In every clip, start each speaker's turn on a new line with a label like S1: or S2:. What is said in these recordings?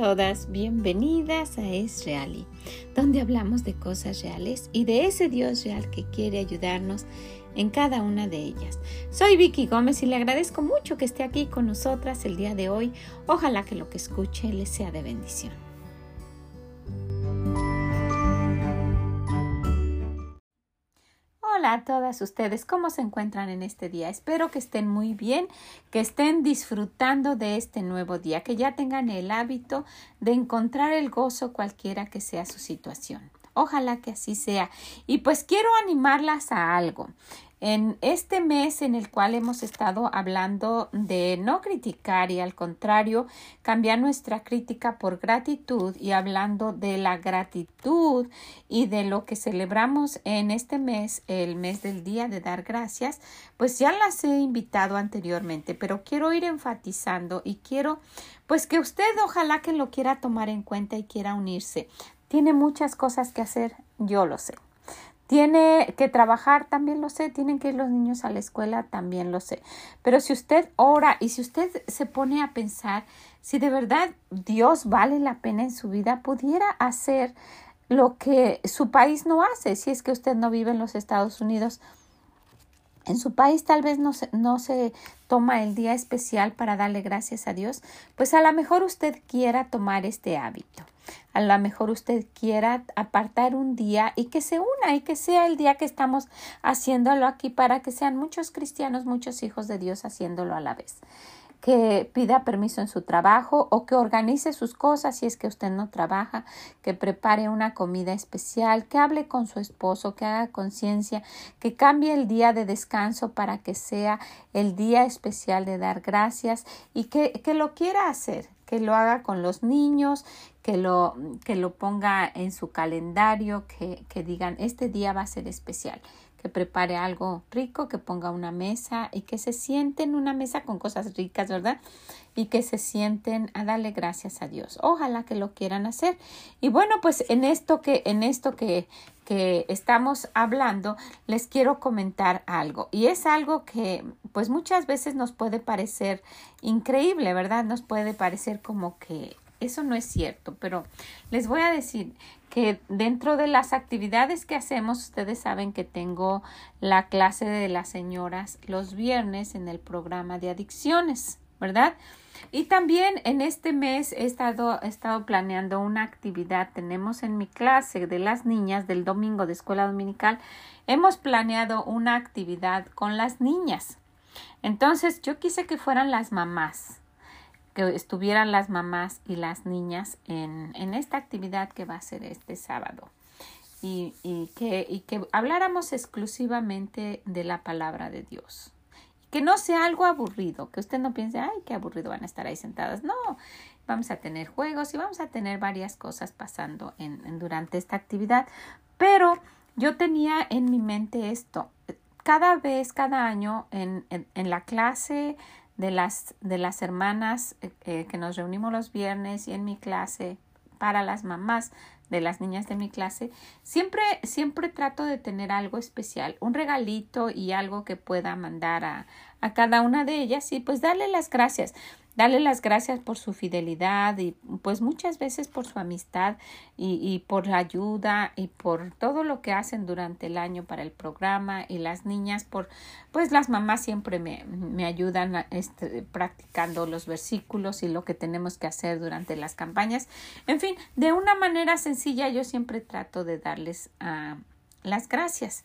S1: todas, bienvenidas a Es Reali, donde hablamos de cosas reales y de ese Dios real que quiere ayudarnos en cada una de ellas. Soy Vicky Gómez y le agradezco mucho que esté aquí con nosotras el día de hoy. Ojalá que lo que escuche le sea de bendición. Hola a todas ustedes, ¿cómo se encuentran en este día? Espero que estén muy bien, que estén disfrutando de este nuevo día, que ya tengan el hábito de encontrar el gozo cualquiera que sea su situación. Ojalá que así sea. Y pues quiero animarlas a algo. En este mes en el cual hemos estado hablando de no criticar y al contrario cambiar nuestra crítica por gratitud y hablando de la gratitud y de lo que celebramos en este mes, el mes del día de dar gracias, pues ya las he invitado anteriormente, pero quiero ir enfatizando y quiero pues que usted ojalá que lo quiera tomar en cuenta y quiera unirse. Tiene muchas cosas que hacer, yo lo sé. Tiene que trabajar, también lo sé. Tienen que ir los niños a la escuela, también lo sé. Pero si usted ora y si usted se pone a pensar si de verdad Dios vale la pena en su vida, pudiera hacer lo que su país no hace. Si es que usted no vive en los Estados Unidos, en su país tal vez no se toma el día especial para darle gracias a Dios, pues a lo mejor usted quiera tomar este hábito. A lo mejor usted quiera apartar un día y que se una y que sea el día que estamos haciéndolo aquí para que sean muchos cristianos, muchos hijos de Dios haciéndolo a la vez. Que pida permiso en su trabajo o que organice sus cosas si es que usted no trabaja, que prepare una comida especial, que hable con su esposo, que haga conciencia, que cambie el día de descanso para que sea el día especial de dar gracias y que lo quiera hacer, que lo haga con los niños, que lo ponga en su calendario, que digan este día va a ser especial. Que prepare algo rico, que ponga una mesa y que se sienten en una mesa con cosas ricas, ¿verdad? Y que se sienten a darle gracias a Dios. Ojalá que lo quieran hacer. Y bueno, pues en esto que estamos hablando, les quiero comentar algo. Y es algo que pues muchas veces nos puede parecer increíble, ¿verdad? Nos puede parecer como que eso no es cierto, pero les voy a decir que dentro de las actividades que hacemos, ustedes saben que tengo la clase de las señoras los viernes en el programa de adicciones, ¿verdad? Y también en este mes he estado planeando una actividad. Tenemos en mi clase de las niñas del domingo de escuela dominical, hemos planeado una actividad con las niñas. Entonces yo quise que fueran las mamás, que estuvieran las mamás y las niñas en esta actividad que va a ser este sábado y que habláramos exclusivamente de la palabra de Dios. Que no sea algo aburrido, que usted no piense, ay, qué aburrido van a estar ahí sentadas. No, vamos a tener juegos y vamos a tener varias cosas pasando durante esta actividad. Pero yo tenía en mi mente esto. Cada año en la clase de las hermanas que nos reunimos los viernes y en mi clase para las mamás de las niñas de mi clase, siempre trato de tener algo especial, un regalito y algo que pueda mandar a cada una de ellas y pues darle las gracias por su fidelidad y pues muchas veces por su amistad y por la ayuda y por todo lo que hacen durante el año para el programa y las niñas pues las mamás siempre me ayudan practicando los versículos y lo que tenemos que hacer durante las campañas. En fin, de una manera sencilla yo siempre trato de darles las gracias.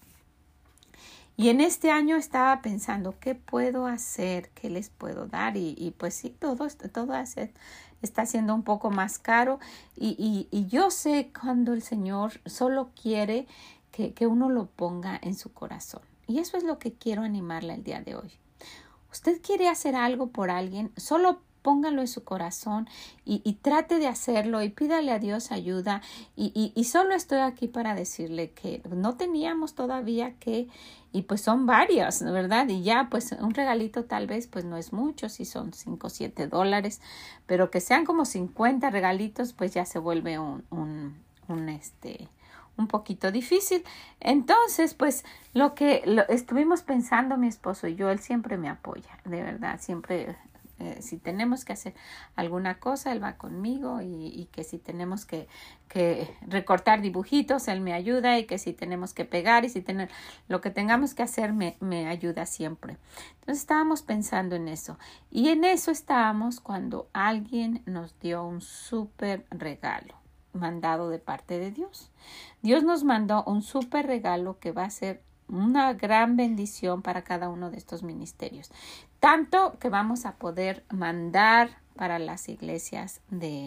S1: Y en este año estaba pensando, ¿qué puedo hacer? ¿Qué les puedo dar? Y pues sí, todo está siendo un poco más caro. Y yo sé cuando el Señor solo quiere que uno lo ponga en su corazón. Y eso es lo que quiero animarle el día de hoy. Usted quiere hacer algo por alguien, solo póngalo en su corazón y trate de hacerlo y pídale a Dios ayuda. Y solo estoy aquí para decirle que no teníamos todavía y pues son varios, ¿verdad? Y ya pues un regalito tal vez pues no es mucho, si son $5 o $7, pero que sean como 50 regalitos pues ya se vuelve un poquito difícil. Entonces, pues lo estuvimos pensando mi esposo y yo, él siempre me apoya, de verdad, siempre Si tenemos que hacer alguna cosa, él va conmigo y que si tenemos que recortar dibujitos, él me ayuda, y que si tenemos que pegar y si lo que tengamos que hacer me ayuda siempre. Entonces estábamos pensando en eso, y en eso estábamos cuando alguien nos dio un súper regalo mandado de parte de Dios. Dios nos mandó un súper regalo que va a ser una gran bendición para cada uno de estos ministerios, tanto que vamos a poder mandar para las iglesias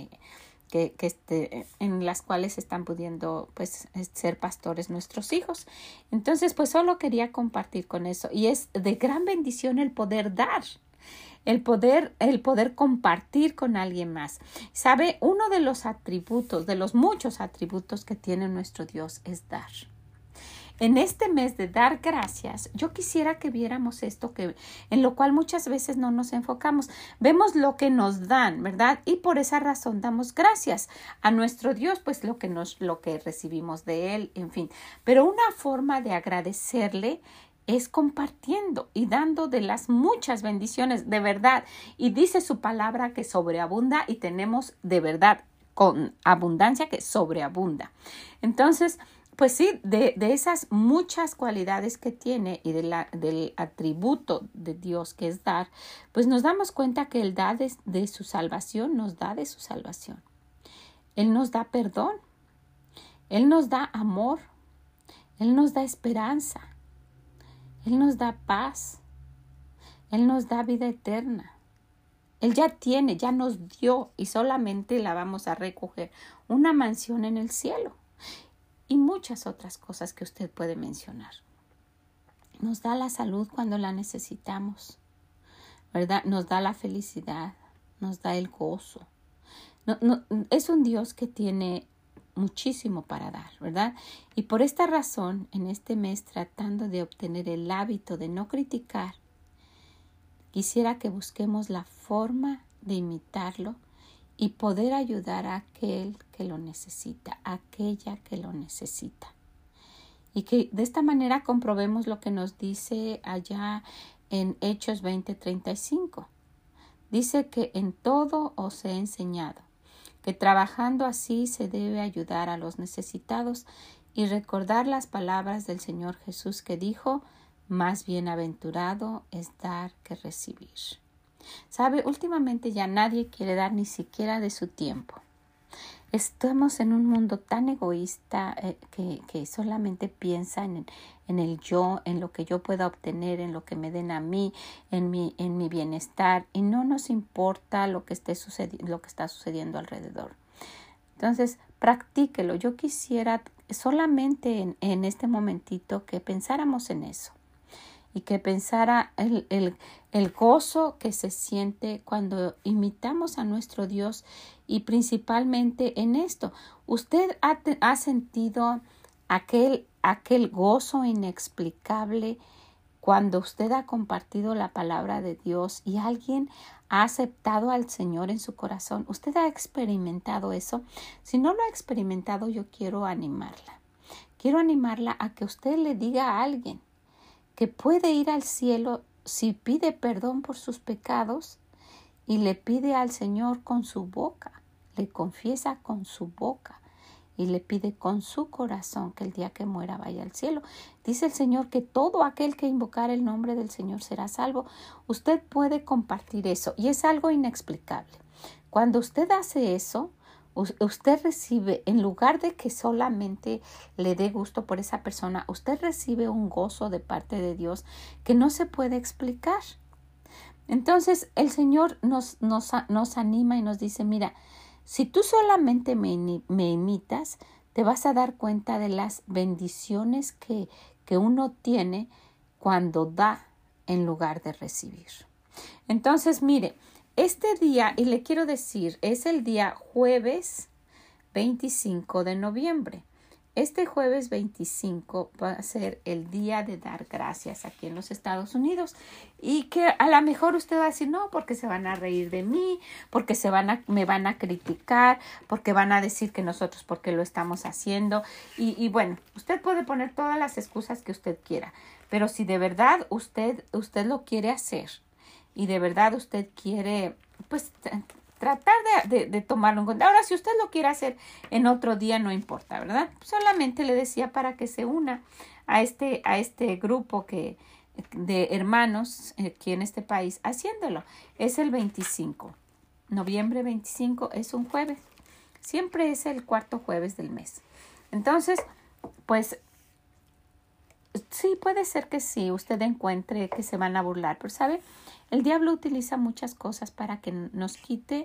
S1: en las cuales están pudiendo pues ser pastores nuestros hijos. Entonces pues solo quería compartir con eso, y es de gran bendición el poder dar, el poder compartir con alguien más. ¿Sabe? Uno de los atributos, de los muchos atributos que tiene nuestro Dios, es dar. En este mes de dar gracias, yo quisiera que viéramos esto, en lo cual muchas veces no nos enfocamos. Vemos lo que nos dan, ¿verdad? Y por esa razón damos gracias a nuestro Dios, pues lo que recibimos de Él, en fin. Pero una forma de agradecerle es compartiendo y dando de las muchas bendiciones, de verdad. Y dice su palabra que sobreabunda, y tenemos de verdad con abundancia que sobreabunda. Entonces, pues sí, de esas muchas cualidades que tiene y del atributo de Dios que es dar, pues nos damos cuenta que Él da de su salvación, nos da de su salvación. Él nos da perdón, Él nos da amor, Él nos da esperanza, Él nos da paz, Él nos da vida eterna. Él ya nos dio, y solamente la vamos a recoger, una mansión en el cielo. Y muchas otras cosas que usted puede mencionar. Nos da la salud cuando la necesitamos, ¿verdad? Nos da la felicidad, nos da el gozo. Es un Dios que tiene muchísimo para dar, ¿verdad? Y por esta razón, en este mes, tratando de obtener el hábito de no criticar, quisiera que busquemos la forma de imitarlo y poder ayudar a aquel que lo necesita, a aquella que lo necesita. Y que de esta manera comprobemos lo que nos dice allá en Hechos 20:35. Dice que en todo os he enseñado, que trabajando así se debe ayudar a los necesitados y recordar las palabras del Señor Jesús que dijo: más bienaventurado es dar que recibir. ¿Sabe? Últimamente ya nadie quiere dar ni siquiera de su tiempo. Estamos en un mundo tan egoísta que solamente piensa en el yo, en lo que yo pueda obtener, en lo que me den a mí, en mi bienestar, y no nos importa lo que está sucediendo alrededor. Entonces, practíquelo. Yo quisiera solamente en este momentito que pensáramos en eso. Y que pensara el gozo que se siente cuando imitamos a nuestro Dios, y principalmente en esto. ¿Usted ha sentido aquel gozo inexplicable cuando usted ha compartido la palabra de Dios y alguien ha aceptado al Señor en su corazón? ¿Usted ha experimentado eso? Si no lo ha experimentado, yo quiero animarla. Quiero animarla a que usted le diga a alguien que puede ir al cielo si pide perdón por sus pecados y le pide al Señor con su boca, le confiesa con su boca y le pide con su corazón que el día que muera vaya al cielo. Dice el Señor que todo aquel que invocar el nombre del Señor será salvo. Usted puede compartir eso, y es algo inexplicable. Cuando usted hace eso, usted recibe, en lugar de que solamente le dé gusto por esa persona, usted recibe un gozo de parte de Dios que no se puede explicar. Entonces el Señor nos anima y nos dice: mira, si tú solamente me imitas, te vas a dar cuenta de las bendiciones que uno tiene cuando da en lugar de recibir. Entonces, mire, este día, y le quiero decir, es el día jueves 25 de noviembre. Este jueves 25 va a ser el día de dar gracias aquí en los Estados Unidos. Y que a lo mejor usted va a decir: no, porque se van a reír de mí, porque me van a criticar, porque van a decir que nosotros porque lo estamos haciendo. Y bueno, usted puede poner todas las excusas que usted quiera. Pero si de verdad usted lo quiere hacer, y de verdad usted quiere, pues, tratar de tomarlo en cuenta. Ahora, si usted lo quiere hacer en otro día, no importa, ¿verdad? Solamente le decía para que se una a este grupo de hermanos aquí en este país haciéndolo. Es el 25. Noviembre 25 es un jueves. Siempre es el cuarto jueves del mes. Entonces, pues, sí, puede ser que sí, usted encuentre que se van a burlar, pero ¿sabe? El diablo utiliza muchas cosas para que nos quite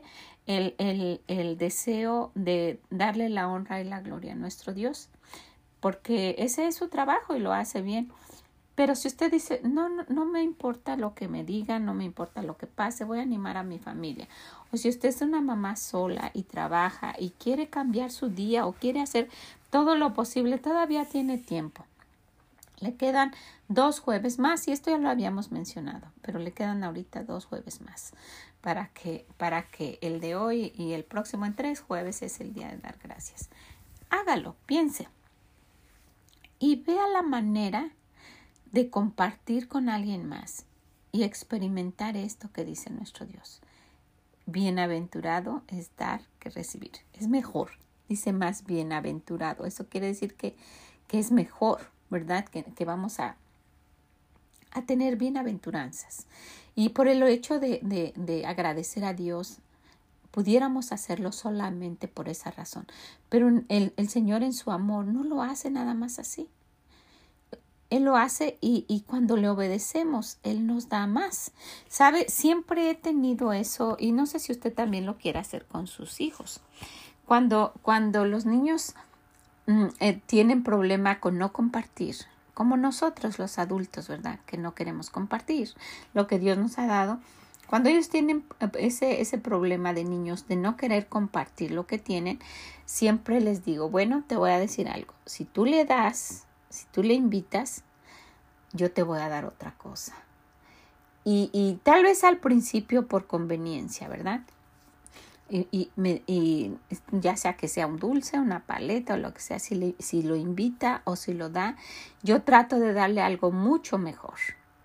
S1: el deseo de darle la honra y la gloria a nuestro Dios, porque ese es su trabajo y lo hace bien. Pero si usted dice, no me importa lo que me digan, no me importa lo que pase, voy a animar a mi familia. O si usted es una mamá sola y trabaja y quiere cambiar su día o quiere hacer todo lo posible, todavía tiene tiempo. Le quedan 2 jueves más, y esto ya lo habíamos mencionado, pero le quedan ahorita 2 jueves más para que el de hoy y el próximo en 3 jueves es el día de dar gracias. Hágalo, piense y vea la manera de compartir con alguien más y experimentar esto que dice nuestro Dios. Bienaventurado es dar que recibir. Es mejor, dice más bienaventurado. Eso quiere decir que es mejor, ¿verdad? Que vamos a tener bienaventuranzas. Y por el hecho de agradecer a Dios, pudiéramos hacerlo solamente por esa razón. Pero el Señor en su amor no lo hace nada más así. Él lo hace y cuando le obedecemos, Él nos da más. ¿Sabe? Siempre he tenido eso y no sé si usted también lo quiere hacer con sus hijos. Cuando los niños tienen problema con no compartir, como nosotros los adultos, ¿verdad? Que no queremos compartir lo que Dios nos ha dado. Cuando ellos tienen ese problema de niños de no querer compartir lo que tienen, siempre les digo, bueno, te voy a decir algo. Si tú le das, si tú le invitas, yo te voy a dar otra cosa. Y tal vez al principio por conveniencia, ¿verdad? Y ya sea que sea un dulce, una paleta o lo que sea, si lo invita o si lo da, yo trato de darle algo mucho mejor.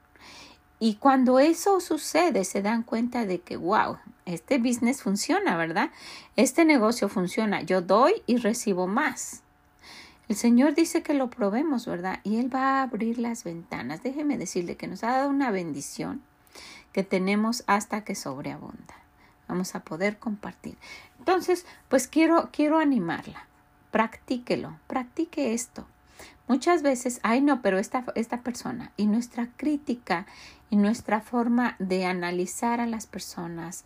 S1: Y cuando eso sucede, se dan cuenta de que, wow, este business funciona, ¿verdad? Este negocio funciona. Yo doy y recibo más. El Señor dice que lo probemos, ¿verdad? Y Él va a abrir las ventanas. Déjeme decirle que nos ha dado una bendición que tenemos hasta que sobreabunda. Vamos a poder compartir. Entonces, pues quiero animarla. Practíquelo, practique esto. Muchas veces, pero esta persona, y nuestra crítica y nuestra forma de analizar a las personas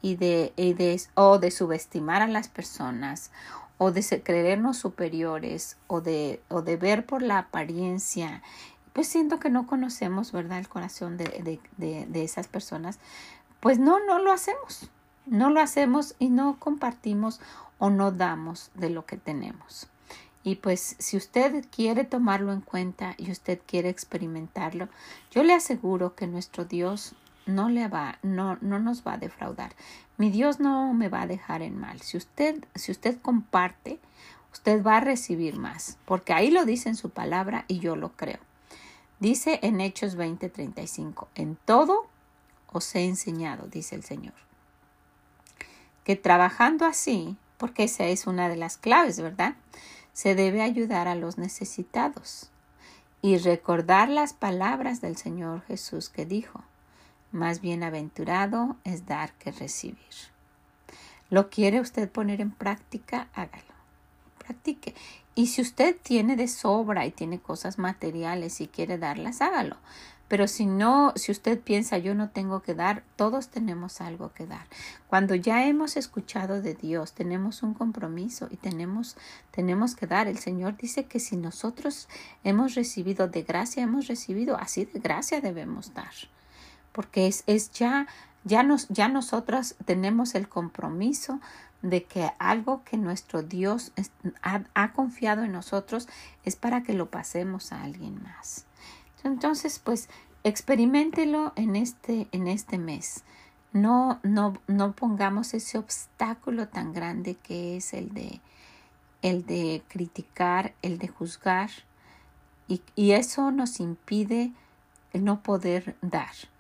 S1: o de subestimar a las personas o de creernos superiores o de ver por la apariencia, pues siento que no conocemos, ¿verdad?, el corazón de esas personas, pues no lo hacemos. No lo hacemos y no compartimos o no damos de lo que tenemos. Y pues si usted quiere tomarlo en cuenta y usted quiere experimentarlo, yo le aseguro que nuestro Dios no nos va a defraudar. Mi Dios no me va a dejar en mal. Si usted comparte, usted va a recibir más, porque ahí lo dice en su palabra y yo lo creo. Dice en Hechos 20:35, en todo os he enseñado, dice el Señor, que trabajando así, porque esa es una de las claves, ¿verdad?, se debe ayudar a los necesitados y recordar las palabras del Señor Jesús que dijo, más bienaventurado es dar que recibir. ¿Lo quiere usted poner en práctica? Hágalo. Practique. Y si usted tiene de sobra y tiene cosas materiales y quiere darlas, hágalo. Pero si usted piensa yo no tengo que dar, todos tenemos algo que dar. Cuando ya hemos escuchado de Dios, tenemos un compromiso y tenemos que dar. El Señor dice que si nosotros hemos recibido de gracia, hemos recibido, así de gracia debemos dar. Porque ya nosotros tenemos el compromiso de que algo que nuestro Dios ha confiado en nosotros es para que lo pasemos a alguien más. Entonces, pues, experiméntelo en este mes. No pongamos ese obstáculo tan grande que es el de criticar, el de juzgar, y eso nos impide no poder dar.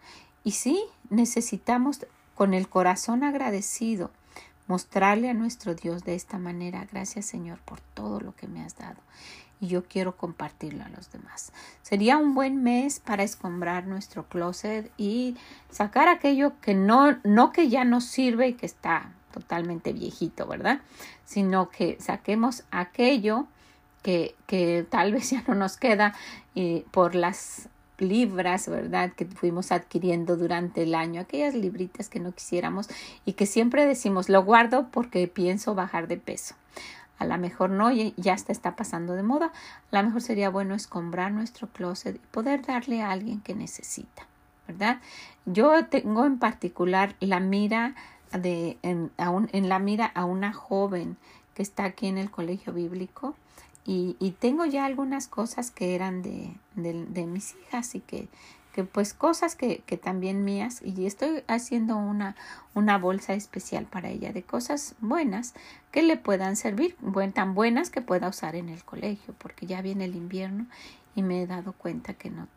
S1: Y sí, necesitamos con el corazón agradecido mostrarle a nuestro Dios de esta manera: gracias, Señor, por todo lo que me has dado, y yo quiero compartirlo a los demás. Sería un buen mes para escombrar nuestro closet y sacar aquello que no que ya no sirve y que está totalmente viejito, ¿verdad? Sino que saquemos aquello que tal vez ya no nos queda por las libras, ¿verdad?, que fuimos adquiriendo durante el año, aquellas libritas que no quisiéramos y que siempre decimos: lo guardo porque pienso bajar de peso. A lo mejor no, ya está pasando de moda. A lo mejor sería bueno escombrar nuestro closet y poder darle a alguien que necesita, ¿verdad? Yo tengo en particular la mira en la mira a una joven que está aquí en el colegio bíblico, y tengo ya algunas cosas que eran de mis hijas y que pues cosas que también mías, y estoy haciendo una bolsa especial para ella de cosas buenas que le puedan servir, tan buenas que pueda usar en el colegio, porque ya viene el invierno y me he dado cuenta que no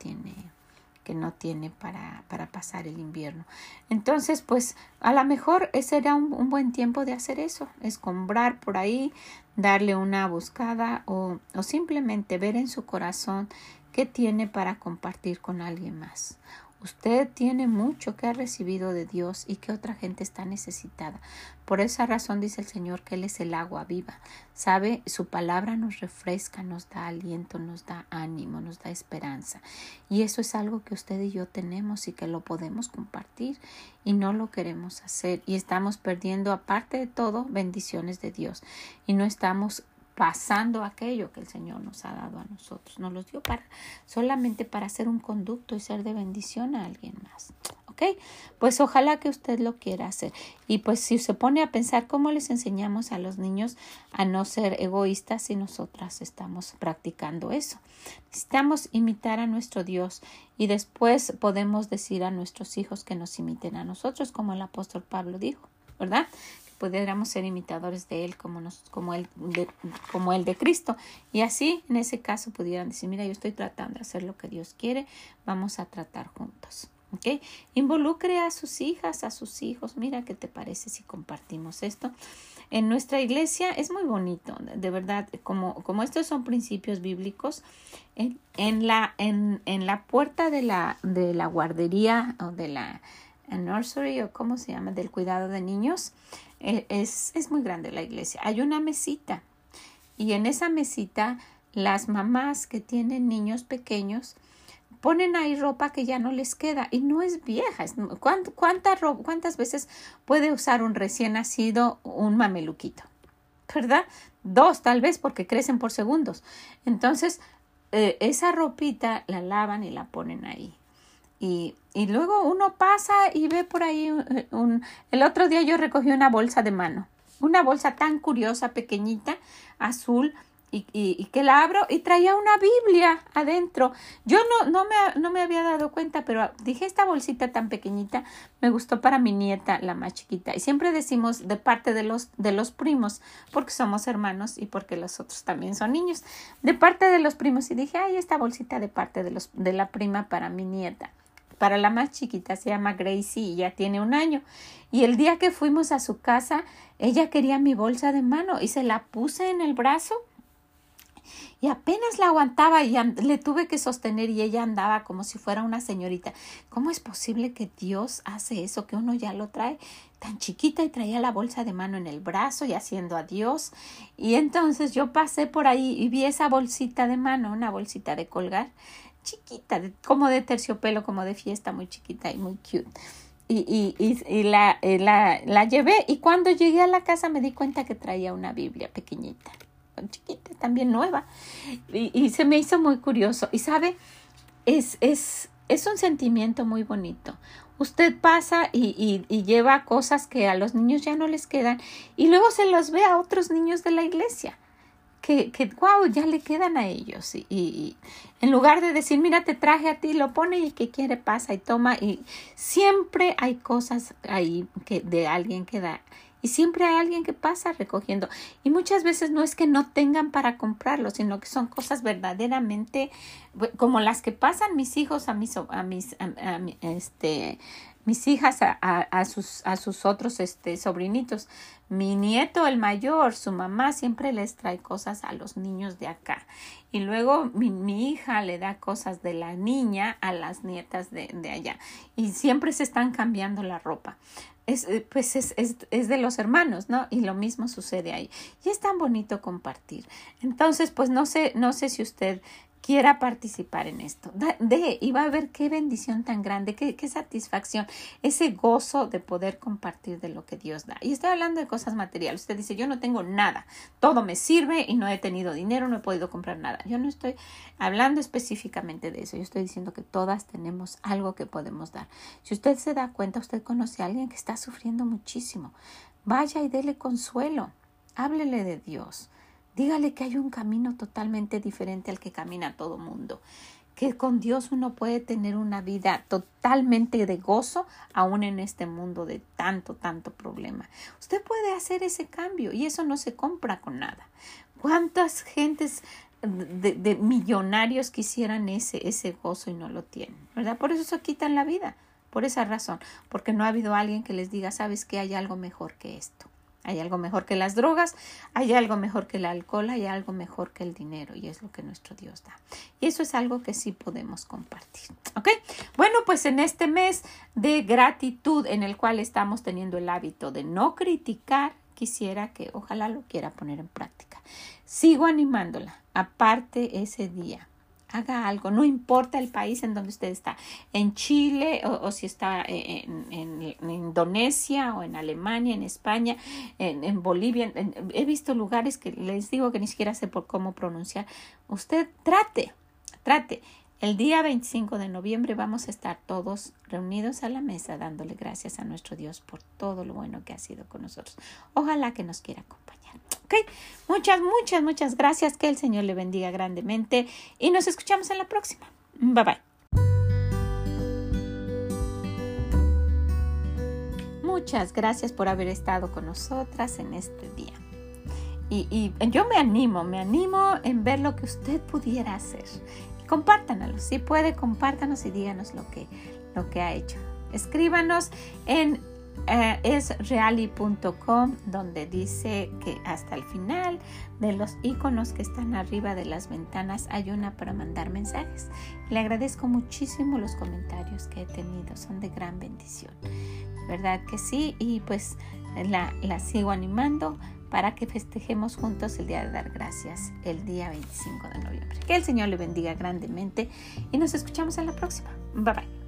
S1: tiene para pasar el invierno. Entonces, pues a lo mejor ese era un buen tiempo de hacer eso, escombrar por ahí, darle una buscada o simplemente ver en su corazón qué tiene para compartir con alguien más. Usted tiene mucho que ha recibido de Dios y que otra gente está necesitada. Por esa razón dice el Señor que Él es el agua viva. ¿Sabe? Su palabra nos refresca, nos da aliento, nos da ánimo, nos da esperanza. Y eso es algo que usted y yo tenemos y que lo podemos compartir, y no lo queremos hacer. Y estamos perdiendo, aparte de todo, bendiciones de Dios. Y no estamos pasando aquello que el Señor nos ha dado a nosotros. Nos los dio solamente para ser un conducto y ser de bendición a alguien más. ¿Ok? Pues ojalá que usted lo quiera hacer. Y pues si se pone a pensar cómo les enseñamos a los niños a no ser egoístas si nosotras estamos practicando eso. Necesitamos imitar a nuestro Dios y después podemos decir a nuestros hijos que nos imiten a nosotros, como el apóstol Pablo dijo, ¿verdad? Pudiéramos ser imitadores de Él como el de Cristo. Y así, en ese caso, pudieran decir: mira, yo estoy tratando de hacer lo que Dios quiere, vamos a tratar juntos. ¿Okay? Involucre a sus hijas, a sus hijos. Mira, ¿qué te parece si compartimos esto? En nuestra iglesia es muy bonito, de verdad, como estos son principios bíblicos. En la puerta de la guardería o de la nursery, o cómo se llama, del cuidado de niños, es muy grande la iglesia. Hay una mesita, y en esa mesita las mamás que tienen niños pequeños ponen ahí ropa que ya no les queda y no es vieja. ¿Cuántas veces puede usar un recién nacido un mameluquito? ¿Verdad? 2 tal vez, porque crecen por segundos. Entonces esa ropita la lavan y la ponen ahí. Y luego uno pasa y ve por ahí el otro día yo recogí una bolsa de mano, una bolsa tan curiosa, pequeñita, azul, y que la abro y traía una Biblia adentro. Yo no me había dado cuenta, pero dije: esta bolsita tan pequeñita me gustó para mi nieta, la más chiquita. Y siempre decimos de parte de los primos, porque somos hermanos y porque los otros también son niños. De parte de los primos. Y dije: ay, esta bolsita de parte de la prima para mi nieta. Para la más chiquita, se llama Gracie y ya tiene 1 año. Y el día que fuimos a su casa, ella quería mi bolsa de mano y se la puse en el brazo. Y apenas la aguantaba y le tuve que sostener, y ella andaba como si fuera una señorita. ¿Cómo es posible que Dios hace eso, que uno ya lo trae tan chiquita y traía la bolsa de mano en el brazo y haciendo adiós? Y entonces yo pasé por ahí y vi esa bolsita de mano, una bolsita de colgar, chiquita, como de terciopelo, como de fiesta, muy chiquita y muy cute. Y la llevé, y cuando llegué a la casa me di cuenta que traía una Biblia pequeñita, chiquita, también nueva, y se me hizo muy curioso. Y sabe, es un sentimiento muy bonito. Usted pasa y lleva cosas que a los niños ya no les quedan, y luego se los ve a otros niños de la iglesia que wow, ya le quedan a ellos, y en lugar de decir: mira, te traje a ti, lo pone y que quiere pasa y toma, y siempre hay cosas ahí de alguien que da. y siempre hay alguien que pasa recogiendo. Y muchas veces no es que no tengan para comprarlo, sino que son cosas verdaderamente como las que pasan mis hijos mis hijas a sus otros sobrinitos. Mi nieto, el mayor, su mamá siempre les trae cosas a los niños de acá. Y luego mi hija le da cosas de la niña a las nietas de allá. Y siempre se están cambiando la ropa. Es de los hermanos, ¿no? Y lo mismo sucede ahí. Y es tan bonito compartir. Entonces, pues no sé si usted quiera participar en esto. Y va a ver qué bendición tan grande, qué satisfacción, ese gozo de poder compartir de lo que Dios da. Y estoy hablando de cosas materiales. Usted dice, yo no tengo nada, todo me sirve y no he tenido dinero, no he podido comprar nada. Yo no estoy hablando específicamente de eso. Yo estoy diciendo que todas tenemos algo que podemos dar. Si usted se da cuenta, usted conoce a alguien que está sufriendo muchísimo. Vaya y dele consuelo. Háblele de Dios. Dígale que hay un camino totalmente diferente al que camina todo mundo. Que con Dios uno puede tener una vida totalmente de gozo, aún en este mundo de tanto problema. Usted puede hacer ese cambio y eso no se compra con nada. ¿Cuántas gentes de millonarios quisieran ese gozo y no lo tienen? ¿Verdad? Por eso se quitan la vida. Por esa razón. Porque no ha habido alguien que les diga, ¿sabes qué? Hay algo mejor que esto. Hay algo mejor que las drogas, hay algo mejor que el alcohol, hay algo mejor que el dinero y es lo que nuestro Dios da. Y eso es algo que sí podemos compartir. ¿Ok? Bueno, pues en este mes de gratitud en el cual estamos teniendo el hábito de no criticar, quisiera que ojalá lo quiera poner en práctica. Sigo animándola. Aparte ese día. Haga algo, no importa el país en donde usted está, en Chile o si está en Indonesia o en Alemania, en España, en Bolivia. He visto lugares que les digo que ni siquiera sé por cómo pronunciar. Usted trate. El día 25 de noviembre vamos a estar todos reunidos a la mesa dándole gracias a nuestro Dios por todo lo bueno que ha sido con nosotros. Ojalá que nos quiera acompañar. ¿Ok? Muchas gracias. Que el Señor le bendiga grandemente y nos escuchamos en la próxima. Bye bye. Muchas gracias por haber estado con nosotras en este día. Y yo me animo en ver lo que usted pudiera hacer. Compártanlo, si puede, compártanos y díganos lo que ha hecho. Escríbanos en esreali.com, donde dice que hasta el final de los iconos que están arriba de las ventanas hay una para mandar mensajes. Le agradezco muchísimo los comentarios que he tenido, son de gran bendición, ¿verdad que sí? Y pues la sigo animando para que festejemos juntos el Día de Dar Gracias el día 25 de noviembre. Que el Señor le bendiga grandemente y nos escuchamos en la próxima. Bye bye.